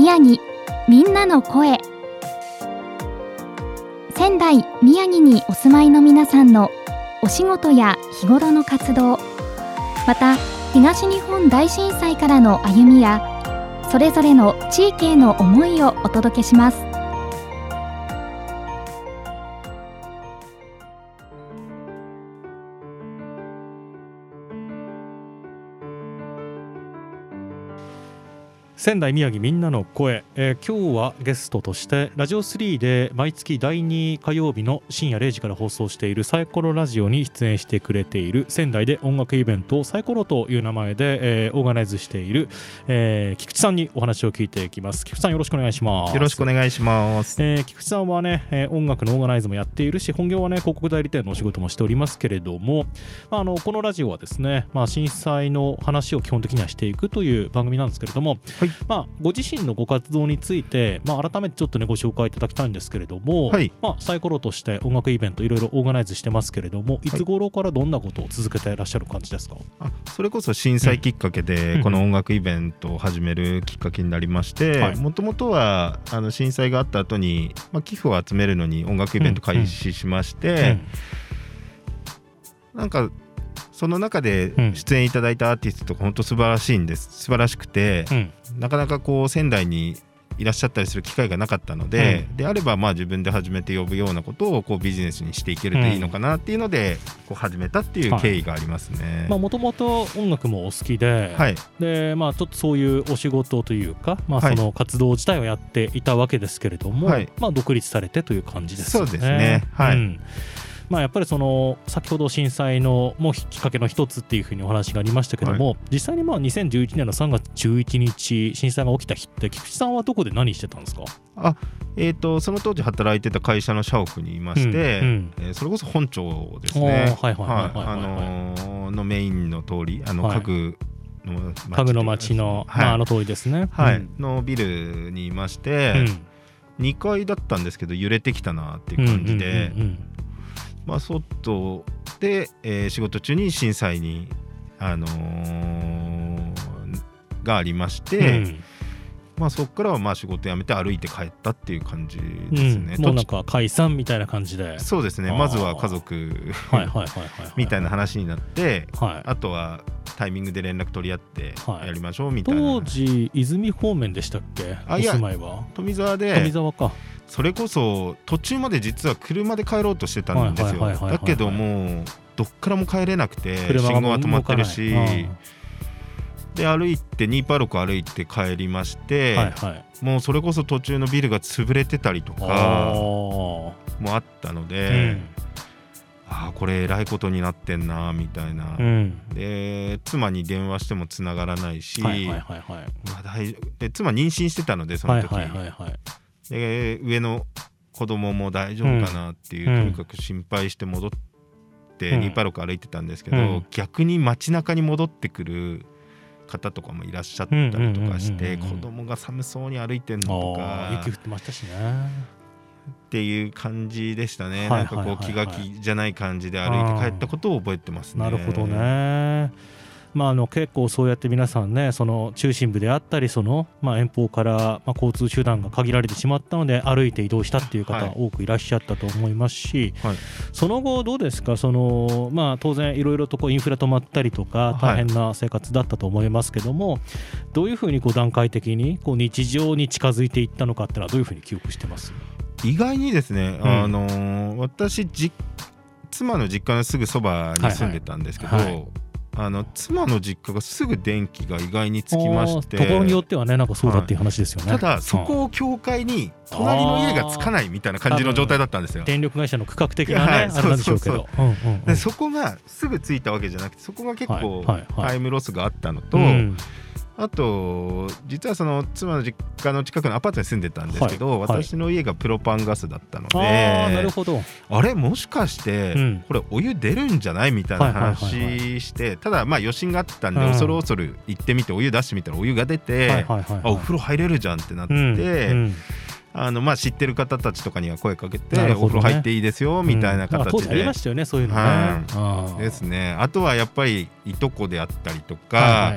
宮城みんなの声。仙台、宮城にお住まいの皆さんのお仕事や日頃の活動、また東日本大震災からの歩みやそれぞれの地域への思いをお届けします。 仙台宮城みんなの声、今日はゲストとしてラジオ3で毎月第2火曜日の深夜0時から放送しているサイコロラジオに出演してくれている仙台で音楽イベントをサイコロという名前で、オーガナイズしている、菊池さんにお話を聞いていきます。菊池さん、よろしくお願いします。 よろしくお願いします。 菊池さんはね、音楽のオーガナイズもやっているし、本業はね広告代理店のお仕事もしておりますけれども、このラジオはですね、震災の話を基本的にはしていくという番組なんですけれども、はい、ご自身のご活動について、改めてちょっとねご紹介いただきたいんですけれども、はい、サイコロとして音楽イベントいろいろオーガナイズしてますけれども、いつ頃からどんなことを続けていらっしゃる感じですか？ それこそ震災きっかけでこの音楽イベントを始めるきっかけになりまして、もともとは震災があった後に、寄付を集めるのに音楽イベント開始しまして、なんかその中で出演いただいたアーティストが本当素晴らしいんです。素晴らしくて、なかなかこう仙台にいらっしゃったりする機会がなかったので、であれば自分で始めて呼ぶようなことをこうビジネスにしていけるといいのかなっていうので、こう始めたっていう経緯がありますね。 もともと音楽もお好きで、でちょっとそういうお仕事というか、その活動自体をやっていたわけですけれども、独立されてという感じですよね。 そうですね。 やっぱりその先ほど震災のもうきっかけの一つっていうふうにお話がありましたけども、実際に2011年の3月11日震災が起きた日って菊池さんはどこで何してたんですか？ その当時働いてた会社の社屋にいまして、それこそ本庁ですね、のメインの通り、家具の町の、あの通りですね、 のビルにいまして、2階だったんですけど揺れてきたなっていう感じで、外で、仕事中に震災に、がありまして、そこからは仕事辞めて歩いて帰ったっていう感じですね。 もうなんか解散みたいな感じで。 そうですね。まずは家族みたいな話になって、あとはタイミングで連絡取り合ってやりましょうみたいな。 当時泉方面でしたっけ？お住まいは富沢で。 富沢か。それこそ途中まで実は車で帰ろうとしてたんですよ。だけどもどっからも帰れなくて、信号は止まってるし、で歩いて286歩いて帰りまして、もうそれこそ途中のビルが潰れてたりとかもあったので、これえらいことになってんなみたいな、で妻に電話しても繋がらないし、で妻妊娠してたのでその時、で上の子供も大丈夫かなっていう、とにかく心配して戻って286歩いてたんですけど、逆に街中に戻ってくる方とかもいらっしゃったりとかして、子供が寒そうに歩いてんのとか、 雪降ってましたしねっていう感じでしたね。なんかこう気が気じゃない感じで歩いて帰ったことを覚えてますね。 なるほどね。結構そうやって皆さんね、その中心部であったりその、遠方から、交通手段が限られてしまったので歩いて移動したっていう方多くいらっしゃったと思いますし、その後どうですか？その、当然いろいろとこうインフラ止まったりとか大変な生活だったと思いますけども、どういうふうにこう段階的にこう日常に近づいていったのかっていうのはどういうふうに記憶してます？ 意外にですね、私妻の実家のすぐそばに住んでたんですけど、妻の実家がすぐ電気が意外につきまして、 ところによってはね、なんかそうだっていう話ですよね。 ただそこを境界に隣の家がつかないみたいな感じの状態だったんですよ。 電力会社の区画的なね、あれなんでしょうけど、 でそこがすぐついたわけじゃなくて、そこが結構タイムロスがあったのと、あと実はその妻の実家の近くのアパートに住んでたんですけど、私の家がプロパンガスだったので、 なるほど、 あれもしかしてこれお湯出るんじゃないみたいな話して、ただ余震があったんで恐る恐る行ってみてお湯出してみたらお湯が出て、お風呂入れるじゃんってなって、知ってる方たちとかには声かけて、お風呂入っていいですよみたいな形で、 当時ありましたよね、そういうのね。 ですね。あとはやっぱりいとこであったりとか、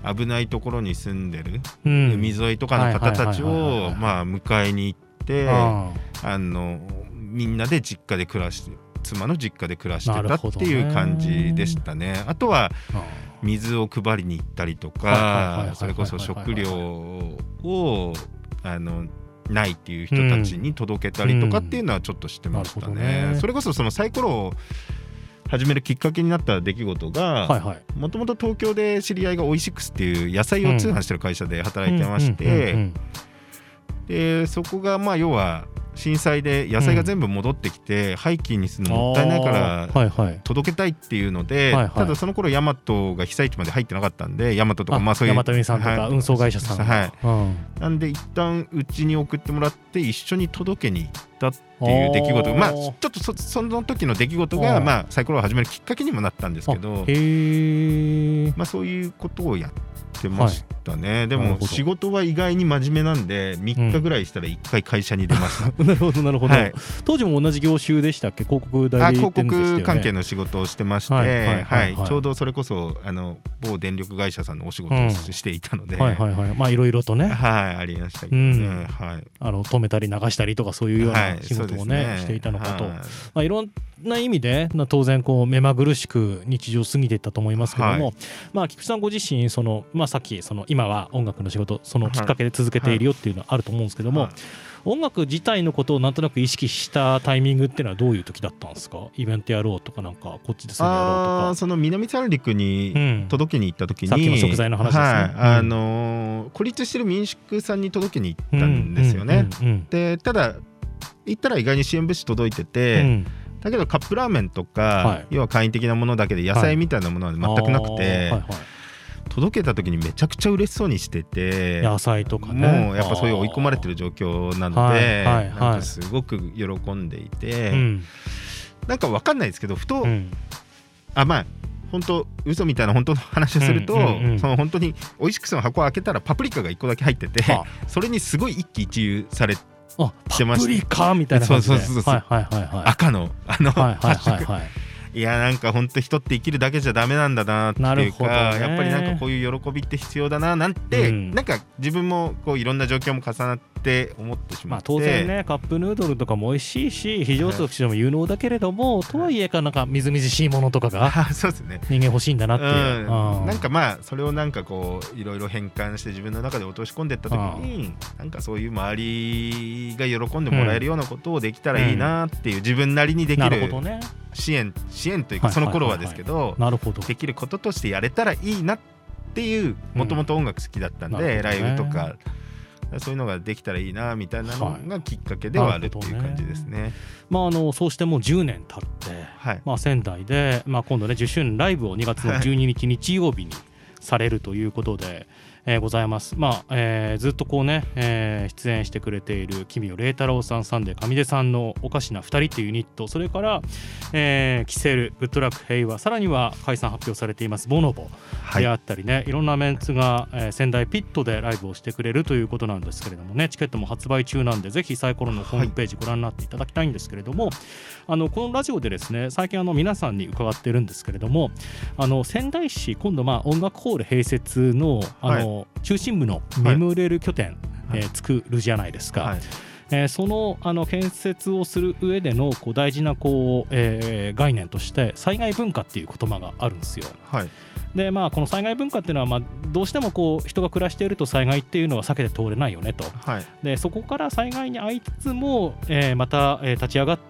危ないところに住んでる、海沿いとかの方たちを迎えに行ってみんなで実家で暮らして妻の実家で暮らしてたっていう感じでしたね。あとは水を配りに行ったりとかそれこそ食料をないっていう人たちに届けたりとかっていうのはちょっとしてましたね。それこそそのサイコロを始めるきっかけになった出来事がもともと東京で知り合いがオイシックスっていう野菜を通販してる会社で働いてましてでそこが要は震災で野菜が全部戻ってきて廃棄にするのもったいないから届けたいっていうのでただその頃ヤマトが被災地まで入ってなかったんでヤマトとかそういうヤマト運輸さんとか運送会社さんなんで一旦うちに送ってもらって一緒に届けに行ったっていう出来事ちょっとその時の出来事がサイコロを始めるきっかけにもなったんですけどそういうことをやってましたね。でも仕事は意外に真面目なんで3日ぐらいしたら1回会社に出ました。 なるほどなるほど、当時も同じ業種でしたっけ？広告代理店でしたよね。 広告関係の仕事をしてましてちょうどそれこそ某電力会社さんのお仕事をしていたのでいろいろとねありましたけどね止めたり流したりとかそういうような仕事をねしていたのかといろんな意味で当然目まぐるしく日常過ぎていったと思いますけども菊池さんご自身さっき今は音楽の仕事そのきっかけで続けているよっていうのはあると思うんですけども音楽自体のことをなんとなく意識したタイミングっていうのはどういう時だったんですか？イベントやろうとかなんかこっちでそれやろうとかその南三陸に届けに行った時にさっきの食材の話ですね孤立してる民宿さんに届けに行ったんですよね。でただ行ったら意外に支援物資届いててだけどカップラーメンとか要は簡易的なものだけで野菜みたいなものは全くなくて届けた時にめちゃくちゃ嬉しそうにしてて野菜とかねもうやっぱそういう追い込まれてる状況なのでなんかすごく喜んでいてなんか分かんないですけどふと本当嘘みたいな本当の話をするとその本当にオイシックスの箱を開けたらパプリカが1個だけ入っててそれにすごい一喜一憂されてパプリカみたいな感じで赤のいやなんか本当人って生きるだけじゃダメなんだなっていうかやっぱりなんかこういう喜びって必要だななんてなんか自分もいろんな状況も重なって思ってしまって当然ねカップヌードルとかも美味しいし非常食としても有能だけれどもとはいえなんかみずみずしいものとかがそうですね人間欲しいんだなっていうなんかそれをなんかいろいろ変換して自分の中で落とし込んでいった時になんかそういう周りが喜んでもらえるようなことをできたらいいなっていう自分なりにできる支援というかその頃はですけどできることとしてやれたらいいなっていうもともと音楽好きだったんでライブとかそういうのができたらいいなみたいなのがきっかけではあるっていう感じですね。 そうしてもう10年経って仙台で今度ね10周年ライブを2月の12日日曜日にされるということでございます。ずっと出演してくれている奇妙麗太郎さんサンデー上出さんのおかしな2人っていうユニットそれからキセルグッドラック平和さらには解散発表されていますボノボであったりねいろんなメンツが仙台ピットでライブをしてくれるということなんですけれどもねチケットも発売中なんでぜひサイコロのホームページご覧になっていただきたいんですけれどもこのラジオでですね最近皆さんに伺ってるんですけれども仙台市今度音楽ホール併設の中心部の眠れる拠点、作るじゃないですか、その建設をする上での大事な概念として災害文化っていう言葉があるんですよ。でこの災害文化っていうのはどうしても人が暮らしていると災害っていうのは避けて通れないよねと、でそこから災害に遭いつつも、また、立ち上がって、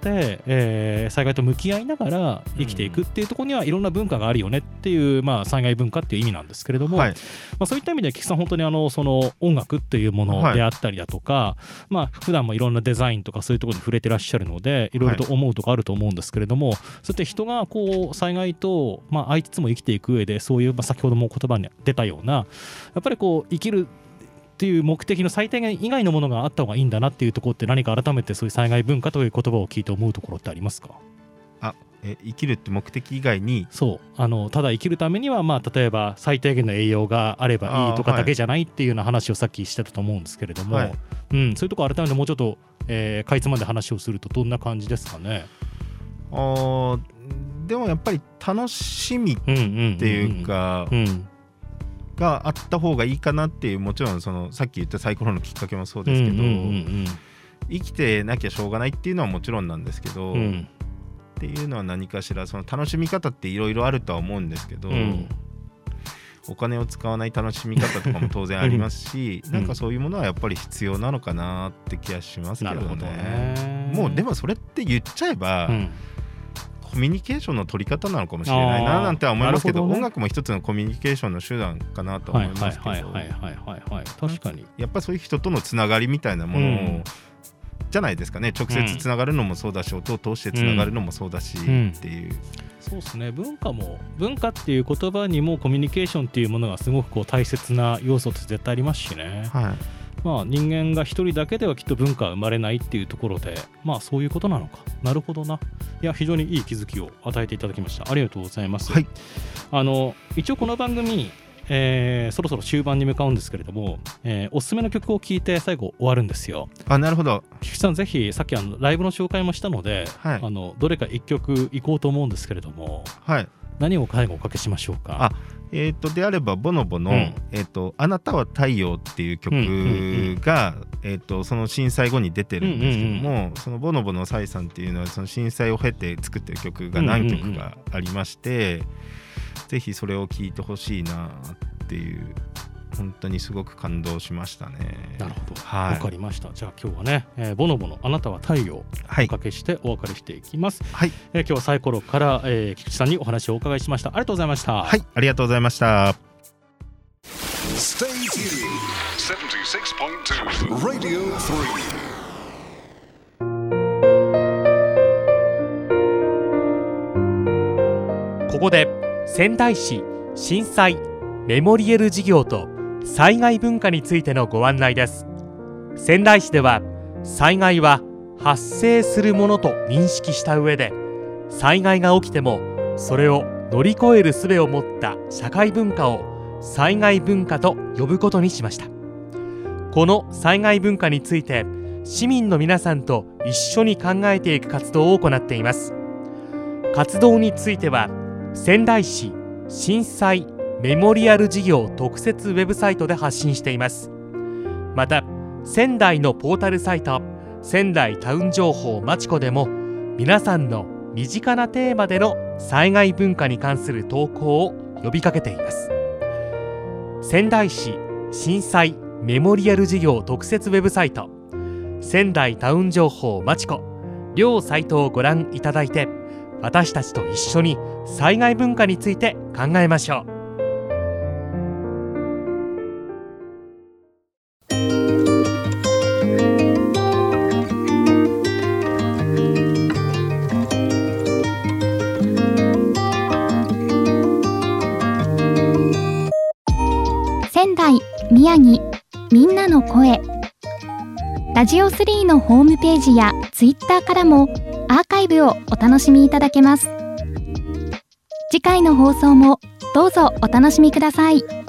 災害と向き合いながら生きていくっていうところにはいろんな文化があるよねっていう、災害文化っていう意味なんですけれども、そういった意味で菊池さん本当にその音楽っていうものであったりだとか、普段もいろんなデザインとかそういうところに触れてらっしゃるのでいろいろと思うところあると思うんですけれども、そうやって人が災害と、遭いつつも生きていく上でそういう、先ほども言葉に出たようなやっぱり生きるっていう目的の最低限以外のものがあった方がいいんだなっていうところって何か改めてそういう災害文化という言葉を聞いて思うところってありますか？ 生きるって目的以外にただ生きるためには例えば最低限の栄養があればいいとかだけじゃないっていうような話をさっきしてたと思うんですけれども、そういうところ改めてもうちょっと、かいつまんで話をするとどんな感じですかね？ でもやっぱり楽しみっていうかがあった方がいいかなっていう、もちろんそのさっき言ったサイコロのきっかけもそうですけど、生きてなきゃしょうがないっていうのはもちろんなんですけど、っていうのは何かしらその楽しみ方っていろいろあるとは思うんですけど、お金を使わない楽しみ方とかも当然ありますし、なんかそういうものはやっぱり必要なのかなって気がしますけど ね。もうでもそれって言っちゃえば、コミュニケーションの取り方なのかもしれないななんては思いますけど、音楽も一つのコミュニケーションの手段かなと思いますけど、 確かにやっぱりそういう人とのつながりみたいなものを、じゃないですかね。直接つながるのもそうだし、音を通してつながるのもそうだし、っていう、 そうですね。文化っていう言葉にもコミュニケーションっていうものがすごくこう大切な要素って絶対ありますしね、人間が一人だけではきっと文化は生まれないっていうところで、そういうことなのか。なるほどな。いや、非常にいい気づきを与えていただきました。ありがとうございます。一応この番組、そろそろ終盤に向かうんですけれども、おすすめの曲を聴いて最後終わるんですよ。 なるほど。 菊池さん、ぜひさっきライブの紹介もしたので、どれか1曲いこうと思うんですけれども、何を最後おかけしましょうか。 であればボノボの、あなたは太陽っていう曲が、その震災後に出てるんですけども、そのボノボのサイさんっていうのはその震災を経て作ってる曲が何曲かありまして、ぜひそれを聴いてほしいなっていう、本当にすごく感動しましたね。 なるほど、わかりました。じゃあ今日はね、ボノボのあなたは太陽をおかけしてお別れしていきます。今日はサイコロから、菊池さんにお話をお伺いしました。ありがとうございました。 ありがとうございました。 Stay tuned 76.2 Radio 3。ここで仙台市震災メモリエル事業と災害文化についてのご案内です。仙台市では災害は発生するものと認識した上で、災害が起きてもそれを乗り越える術を持った社会文化を災害文化と呼ぶことにしました。この災害文化について市民の皆さんと一緒に考えていく活動を行っています。活動については仙台市震災メモリアル事業特設ウェブサイトで発信しています。また仙台のポータルサイト仙台タウン情報まちこでも、皆さんの身近なテーマでの災害文化に関する投稿を呼びかけています。仙台市震災メモリアル事業特設ウェブサイト仙台タウン情報まちこ両サイトをご覧いただいて、私たちと一緒に災害文化について考えましょう。 仙台、宮城、みんなの声。ラジオ3のホームページやツイッターからもアーカイブをお楽しみいただけます。次回の放送もどうぞお楽しみください。